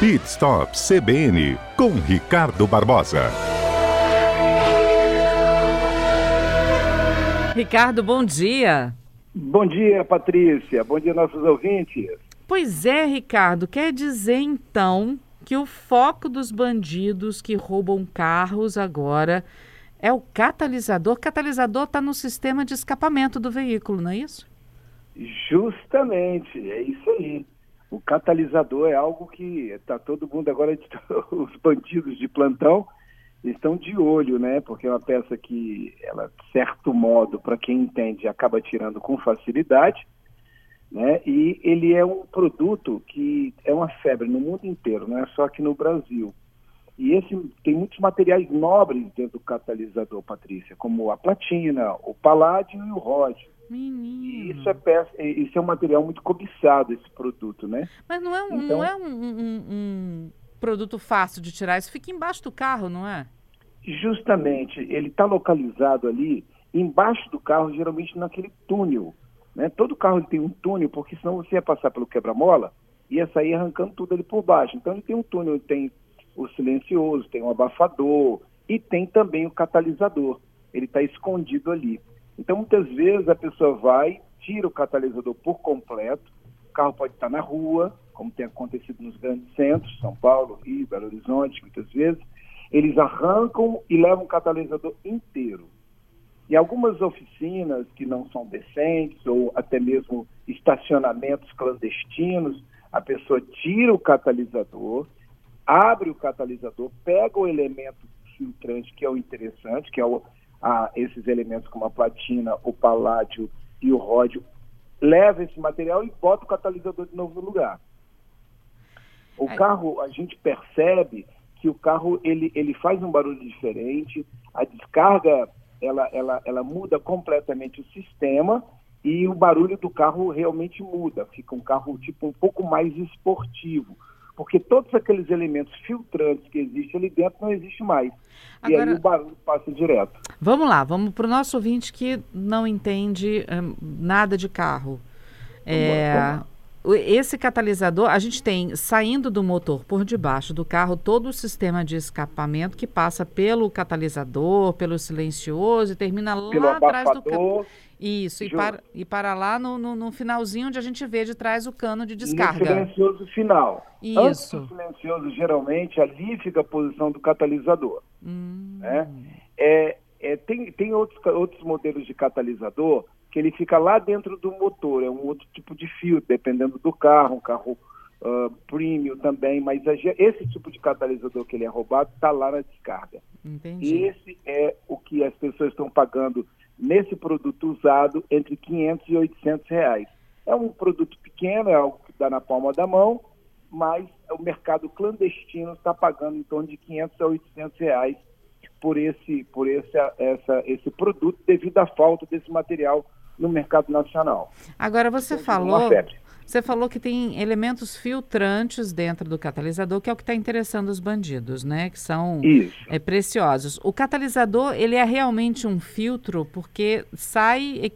Pit Stop CBN, com Ricardo Barbosa. Ricardo, bom dia. Bom dia, Patrícia. Bom dia, nossos ouvintes. Pois é, Ricardo, quer dizer então que o foco dos bandidos que roubam carros agora é o catalisador? O catalisador está no sistema de escapamento do veículo, não é isso? Justamente, é isso aí. O catalisador é algo que está todo mundo agora, os bandidos de plantão estão de olho, né? Porque é uma peça que, ela, de certo modo, para quem entende, acaba tirando com facilidade, né? E ele é um produto que é uma febre no mundo inteiro, não é só aqui no Brasil. E tem muitos materiais nobres dentro do catalisador, Patrícia, como a platina, o paládio e o ródio. Menino. E isso é um material muito cobiçado, esse produto, né? Mas não é um produto fácil de tirar, isso fica embaixo do carro, não é? Justamente, ele está localizado ali embaixo do carro, geralmente naquele túnel, né? Todo carro ele tem um túnel, porque senão você ia passar pelo quebra-mola e ia sair arrancando tudo ali por baixo. Então ele tem um túnel, tem o silencioso, tem o abafador e tem também o catalisador. Ele está escondido ali. Então muitas vezes a pessoa vai, tira o catalisador por completo, o carro pode estar na rua, como tem acontecido nos grandes centros, São Paulo, Rio, Belo Horizonte, muitas vezes, eles arrancam e levam o catalisador inteiro. Em algumas oficinas que não são decentes, ou até mesmo estacionamentos clandestinos, a pessoa tira o catalisador, abre o catalisador, pega o elemento filtrante, que é o interessante, que é esses elementos como a platina, o paládio e o ródio, leva esse material e bota o catalisador de novo no lugar. O carro, a gente percebe que o carro ele faz um barulho diferente, a descarga ela muda completamente o sistema e o barulho do carro realmente muda, fica um carro tipo um pouco mais esportivo, porque todos aqueles elementos filtrantes que existem ali dentro não existem mais. Agora, e aí o barulho passa direto. Vamos lá, vamos para o nosso ouvinte que não entende nada de carro. Esse catalisador, a gente tem saindo do motor por debaixo do carro todo o sistema de escapamento que passa pelo catalisador, pelo silencioso e termina lá atrás do carro. Isso, e para lá no finalzinho onde a gente vê de trás o cano de descarga. No silencioso final. Isso. Antes do silencioso, geralmente, ali fica a posição do catalisador. Né? Tem outros modelos de catalisador que ele fica lá dentro do motor, é um outro tipo de fio, dependendo do carro, um carro premium também, mas esse tipo de catalisador que ele é roubado está lá na descarga. Entendi. E esse é o que as pessoas estão pagando nesse produto usado entre R$500 e R$800. É um produto pequeno, é algo que dá na palma da mão, mas o mercado clandestino está pagando em torno de R$500 a R$800 por esse produto, devido à falta desse material no mercado nacional. Agora você falou que tem elementos filtrantes dentro do catalisador, que é o que está interessando os bandidos, né? Que são preciosos. O catalisador, ele é realmente um filtro porque sai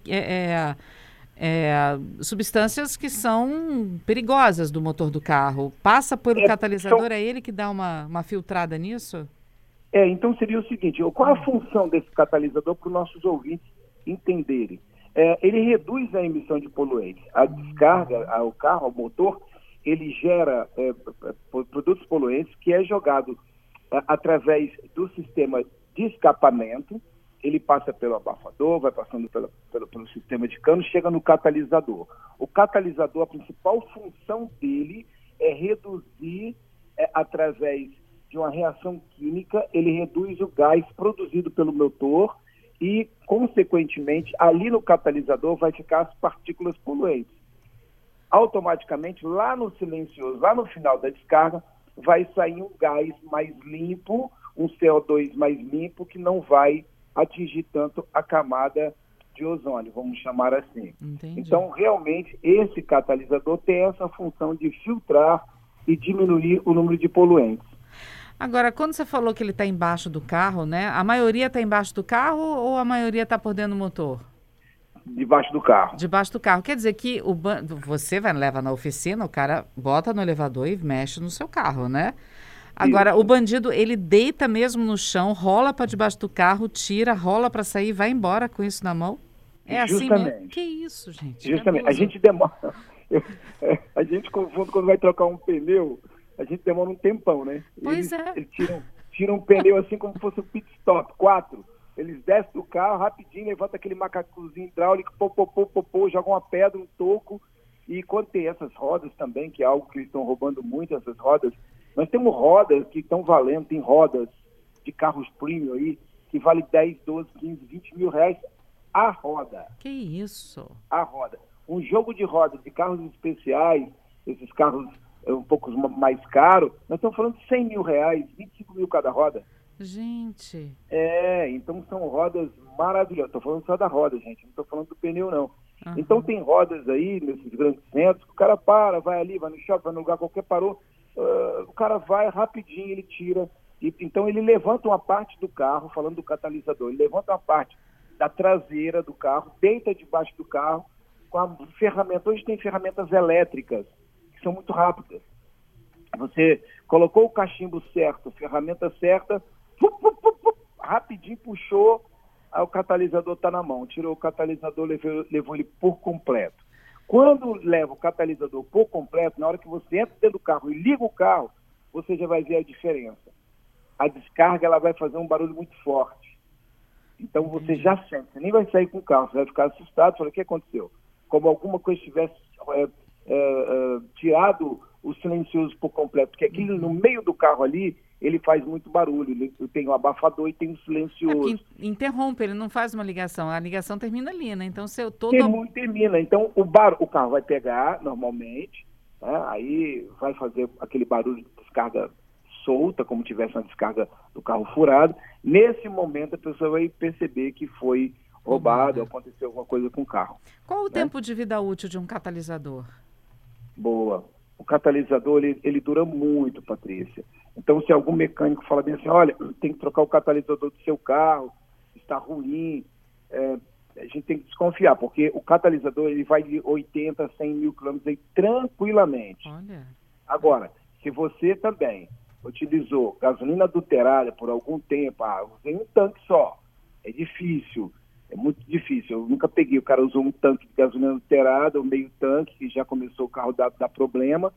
substâncias que são perigosas do motor do carro. Passa pelo catalisador, é ele que dá uma filtrada nisso? Então seria o seguinte, qual a função desse catalisador para os nossos ouvintes entenderem? Ele reduz a emissão de poluentes. A descarga ao carro, ao motor, ele gera produtos poluentes que é jogado através do sistema de escapamento. Ele passa pelo abafador, vai passando pelo sistema de cano, chega no catalisador. O catalisador, a principal função dele é reduzir, através de uma reação química, ele reduz o gás produzido pelo motor e, consequentemente, ali no catalisador vai ficar as partículas poluentes. Automaticamente, lá no silencioso, lá no final da descarga, vai sair um gás mais limpo, um CO2 mais limpo, que não vai atingir tanto a camada de ozônio, vamos chamar assim. Entendi. Então, realmente, esse catalisador tem essa função de filtrar e diminuir o número de poluentes. Agora, quando você falou que ele está embaixo do carro, né? A maioria está embaixo do carro ou a maioria está por dentro do motor? debaixo do carro. Debaixo do carro. Quer dizer que você leva na oficina, o cara bota no elevador e mexe no seu carro, né? Agora, Isso. o bandido, ele deita mesmo no chão, rola para debaixo do carro, tira, rola para sair e vai embora com isso na mão? É assim mesmo? Que isso, gente? Justamente. A gente demora... a gente confunde quando vai trocar um pneu, a gente demora um tempão, né? Pois Eles tiram um pneu assim como se fosse um pit stop, 4. Eles descem do carro rapidinho, levantam aquele macacozinho hidráulico, jogam uma pedra, um toco. E quando tem essas rodas também, que é algo que eles estão roubando muito, essas rodas, nós temos rodas que estão valendo, tem rodas de carros premium aí, que vale 10, 12, 15, 20 mil reais a roda. Que isso? A roda. Um jogo de rodas de carros especiais, esses carros um pouco mais caros, nós estamos falando de 100 mil reais, 25 mil cada roda. Gente. Então são rodas maravilhosas. Estou falando só da roda, gente, não estou falando do pneu, não. Uhum. Então tem rodas aí, nesses grandes centros, que o cara vai ali, vai no shopping, vai no lugar qualquer, parou, o cara vai rapidinho, ele tira. Então ele levanta uma parte do carro, falando do catalisador, ele levanta uma parte da traseira do carro, deita debaixo do carro, com a ferramenta. Hoje tem ferramentas elétricas, que são muito rápidas. Você colocou o cachimbo certo, a ferramenta certa, rapidinho puxou, o catalisador está na mão. Tirou o catalisador, levou ele por completo. Quando leva o catalisador por completo, na hora que você entra dentro do carro e liga o carro, você já vai ver a diferença. A descarga ela vai fazer um barulho muito forte. Então você já sente, você nem vai sair com o carro, você vai ficar assustado, fala, o que aconteceu? Como alguma coisa tivesse tirado o silencioso por completo, porque aquilo no meio do carro ali, ele faz muito barulho, ele tem o abafador e tem o silencioso. Interrompe, ele não faz uma ligação, a ligação termina ali, né? Então, termina, então o carro vai pegar normalmente, né? Aí vai fazer aquele barulho de descarga solta, como tivesse uma descarga do carro furado. Nesse momento a pessoa vai perceber que foi roubado, aconteceu alguma coisa com o carro. Qual o tempo de vida útil de um catalisador? Boa. O catalisador, ele dura muito, Patrícia. Então, se algum mecânico fala bem assim, olha, tem que trocar o catalisador do seu carro, está ruim, a gente tem que desconfiar, porque o catalisador, ele vai de 80 a 100 mil quilômetros aí tranquilamente. Olha. Agora, se você também utilizou gasolina adulterada por algum tempo, usei um tanque só, é difícil. É muito difícil, eu nunca peguei, o cara usou um tanque de gasolina adulterada, ou meio tanque, que já começou o carro a dar problema,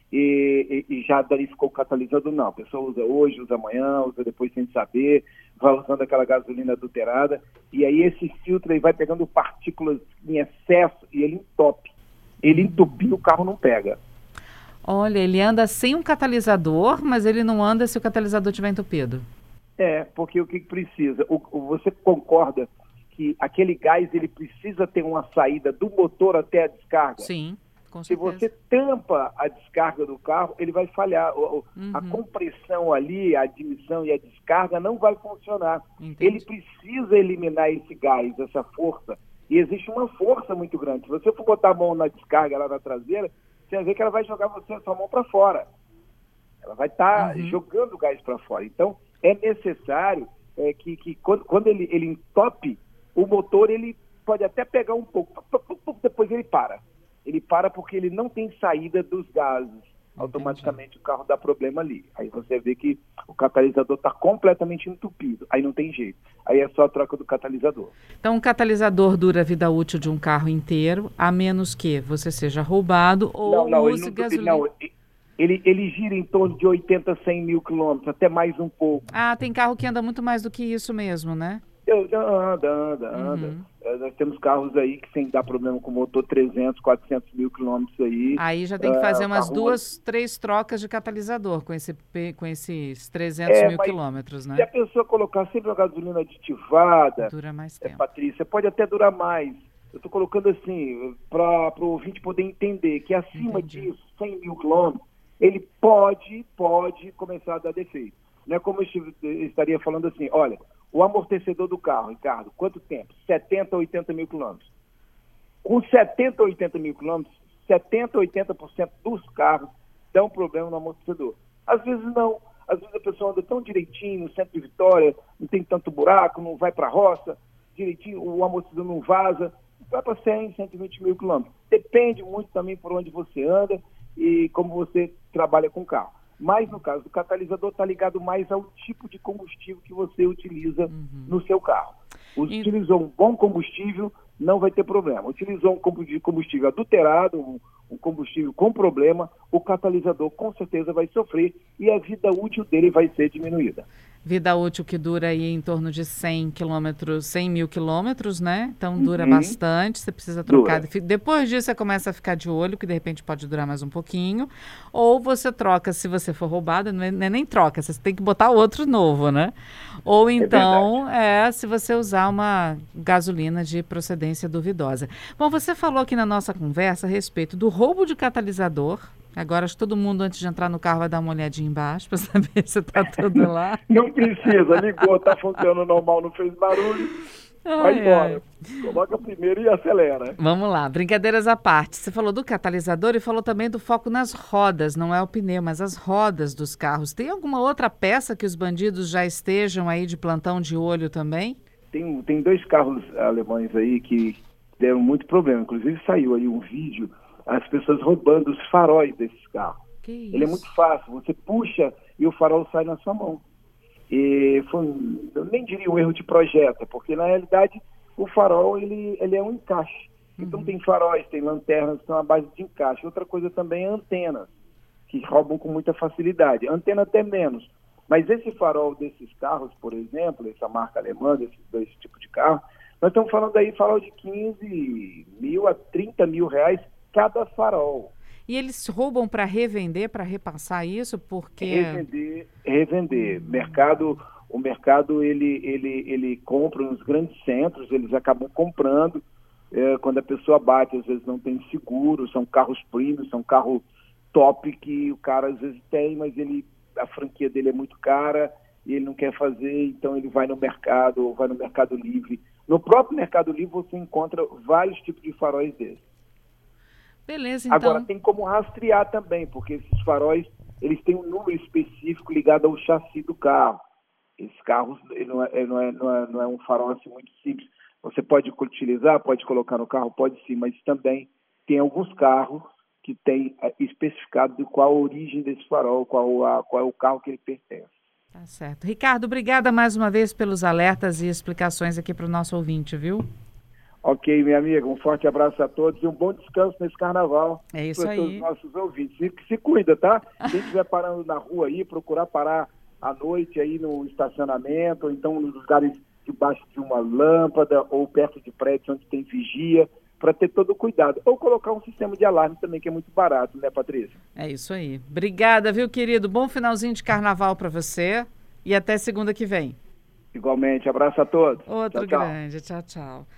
e já danificou o catalisador, não. A pessoa usa hoje, usa amanhã, usa depois sem saber, vai usando aquela gasolina adulterada, e aí esse filtro aí vai pegando partículas em excesso e ele entope. Ele entupir, o carro não pega. Olha, ele anda sem um catalisador, mas ele não anda se o catalisador estiver entupido. Porque o que precisa? Você concorda que aquele gás ele precisa ter uma saída do motor até a descarga? Sim, com certeza. Se você tampa a descarga do carro, ele vai falhar. A compressão ali, a admissão e a descarga não vai funcionar. Entendi. Ele precisa eliminar esse gás, essa força. E existe uma força muito grande. Se você for botar a mão na descarga lá na traseira, você vai ver que ela vai jogar a sua mão para fora. Ela vai estar jogando o gás para fora. Então, é necessário que quando ele entope, o motor ele pode até pegar um pouco, depois ele para. Ele para porque ele não tem saída dos gases. Automaticamente o carro dá problema ali. Aí você vê que o catalisador está completamente entupido. Aí não tem jeito. Aí é só a troca do catalisador. Então o catalisador dura a vida útil de um carro inteiro, a menos que você seja roubado ou use gasolina. Não, ele gira em torno de 80 a 100 mil quilômetros, até mais um pouco. Tem carro que anda muito mais do que isso mesmo, né? Anda. Nós temos carros aí que sem dar problema com motor 300, 400 mil quilômetros aí. Aí já tem que fazer umas 2, 3 trocas de catalisador com esses 300 mil quilômetros, né? Se a pessoa colocar sempre uma gasolina aditivada, dura mais tempo. Patrícia, pode até durar mais. Eu estou colocando assim, para o ouvinte poder entender que acima disso, 100 mil quilômetros, ele pode começar a dar defeito. Não é como eu estaria falando assim, olha, o amortecedor do carro, Ricardo, quanto tempo? 70 a 80 mil quilômetros. Com 70 a 80 mil quilômetros, 70 a 80% dos carros dão problema no amortecedor. Às vezes não. Às vezes a pessoa anda tão direitinho, no centro de Vitória, não tem tanto buraco, não vai para a roça, direitinho, o amortecedor não vaza, vai para 100, 120 mil quilômetros. Depende muito também por onde você anda e como você trabalha com o carro. Mas no caso do catalisador está ligado mais ao tipo de combustível que você utiliza no seu carro. Utilizou um bom combustível, não vai ter problema. Utilizou um combustível adulterado, um combustível com problema, o catalisador com certeza vai sofrer e a vida útil dele vai ser diminuída. Vida útil que dura aí em torno de 100 mil quilômetros, né? Então dura bastante, você precisa trocar. Depois disso você começa a ficar de olho, que de repente pode durar mais um pouquinho. Ou você troca, se você for roubado, não é nem troca, você tem que botar outro novo, né? Ou então, se você usar uma gasolina de procedência duvidosa. Bom, você falou aqui na nossa conversa a respeito do roubo de catalisador. Agora acho que todo mundo, antes de entrar no carro, vai dar uma olhadinha embaixo para saber se está tudo lá. Não precisa, ligou, está funcionando normal, não fez barulho, vai embora. Coloca primeiro e acelera. Vamos lá, brincadeiras à parte. Você falou do catalisador e falou também do foco nas rodas, não é o pneu, mas as rodas dos carros. Tem alguma outra peça que os bandidos já estejam aí de plantão de olho também? Tem 2 carros alemães aí que deram muito problema. Inclusive saiu aí um vídeo, as pessoas roubando os faróis desses carros. Ele é muito fácil, você puxa e o farol sai na sua mão. E eu nem diria um erro de projeto, porque na realidade o farol ele é um encaixe. Então tem faróis, tem lanternas que são à base de encaixe. Outra coisa também é antenas, que roubam com muita facilidade. Antena até menos. Mas esse farol desses carros, por exemplo, essa marca alemã, desses 2 tipos de carro, nós estamos falando aí farol de 15 mil a 30 mil reais cada farol. E eles roubam para revender, para repassar isso, porque... Revender. O mercado, ele compra nos grandes centros, eles acabam comprando. Quando a pessoa bate, às vezes não tem seguro, são carros premium, são carros top que o cara às vezes tem, mas a franquia dele é muito cara e ele não quer fazer, então ele vai no mercado, ou vai no Mercado Livre. No próprio Mercado Livre você encontra vários tipos de faróis desses. Beleza, então. Agora, tem como rastrear também, porque esses faróis, eles têm um número específico ligado ao chassi do carro. Esses carros, ele não é um farol assim muito simples. Você pode utilizar, pode colocar no carro, pode sim, mas também tem alguns carros que tem especificado de qual a origem desse farol, qual é o carro que ele pertence. Tá certo. Ricardo, obrigada mais uma vez pelos alertas e explicações aqui para o nosso ouvinte, viu? Ok, minha amiga, um forte abraço a todos e um bom descanso nesse carnaval. É isso aí. Para todos os nossos ouvintes. Se cuida, tá? Quem estiver parando na rua aí, procurar parar à noite aí no estacionamento, ou então nos lugares debaixo de uma lâmpada ou perto de prédios onde tem vigia, para ter todo o cuidado. Ou colocar um sistema de alarme também, que é muito barato, né, Patrícia? É isso aí. Obrigada, viu, querido? Bom finalzinho de carnaval para você e até segunda que vem. Igualmente. Abraço a todos. Outro tchau, tchau. grande. Tchau, tchau.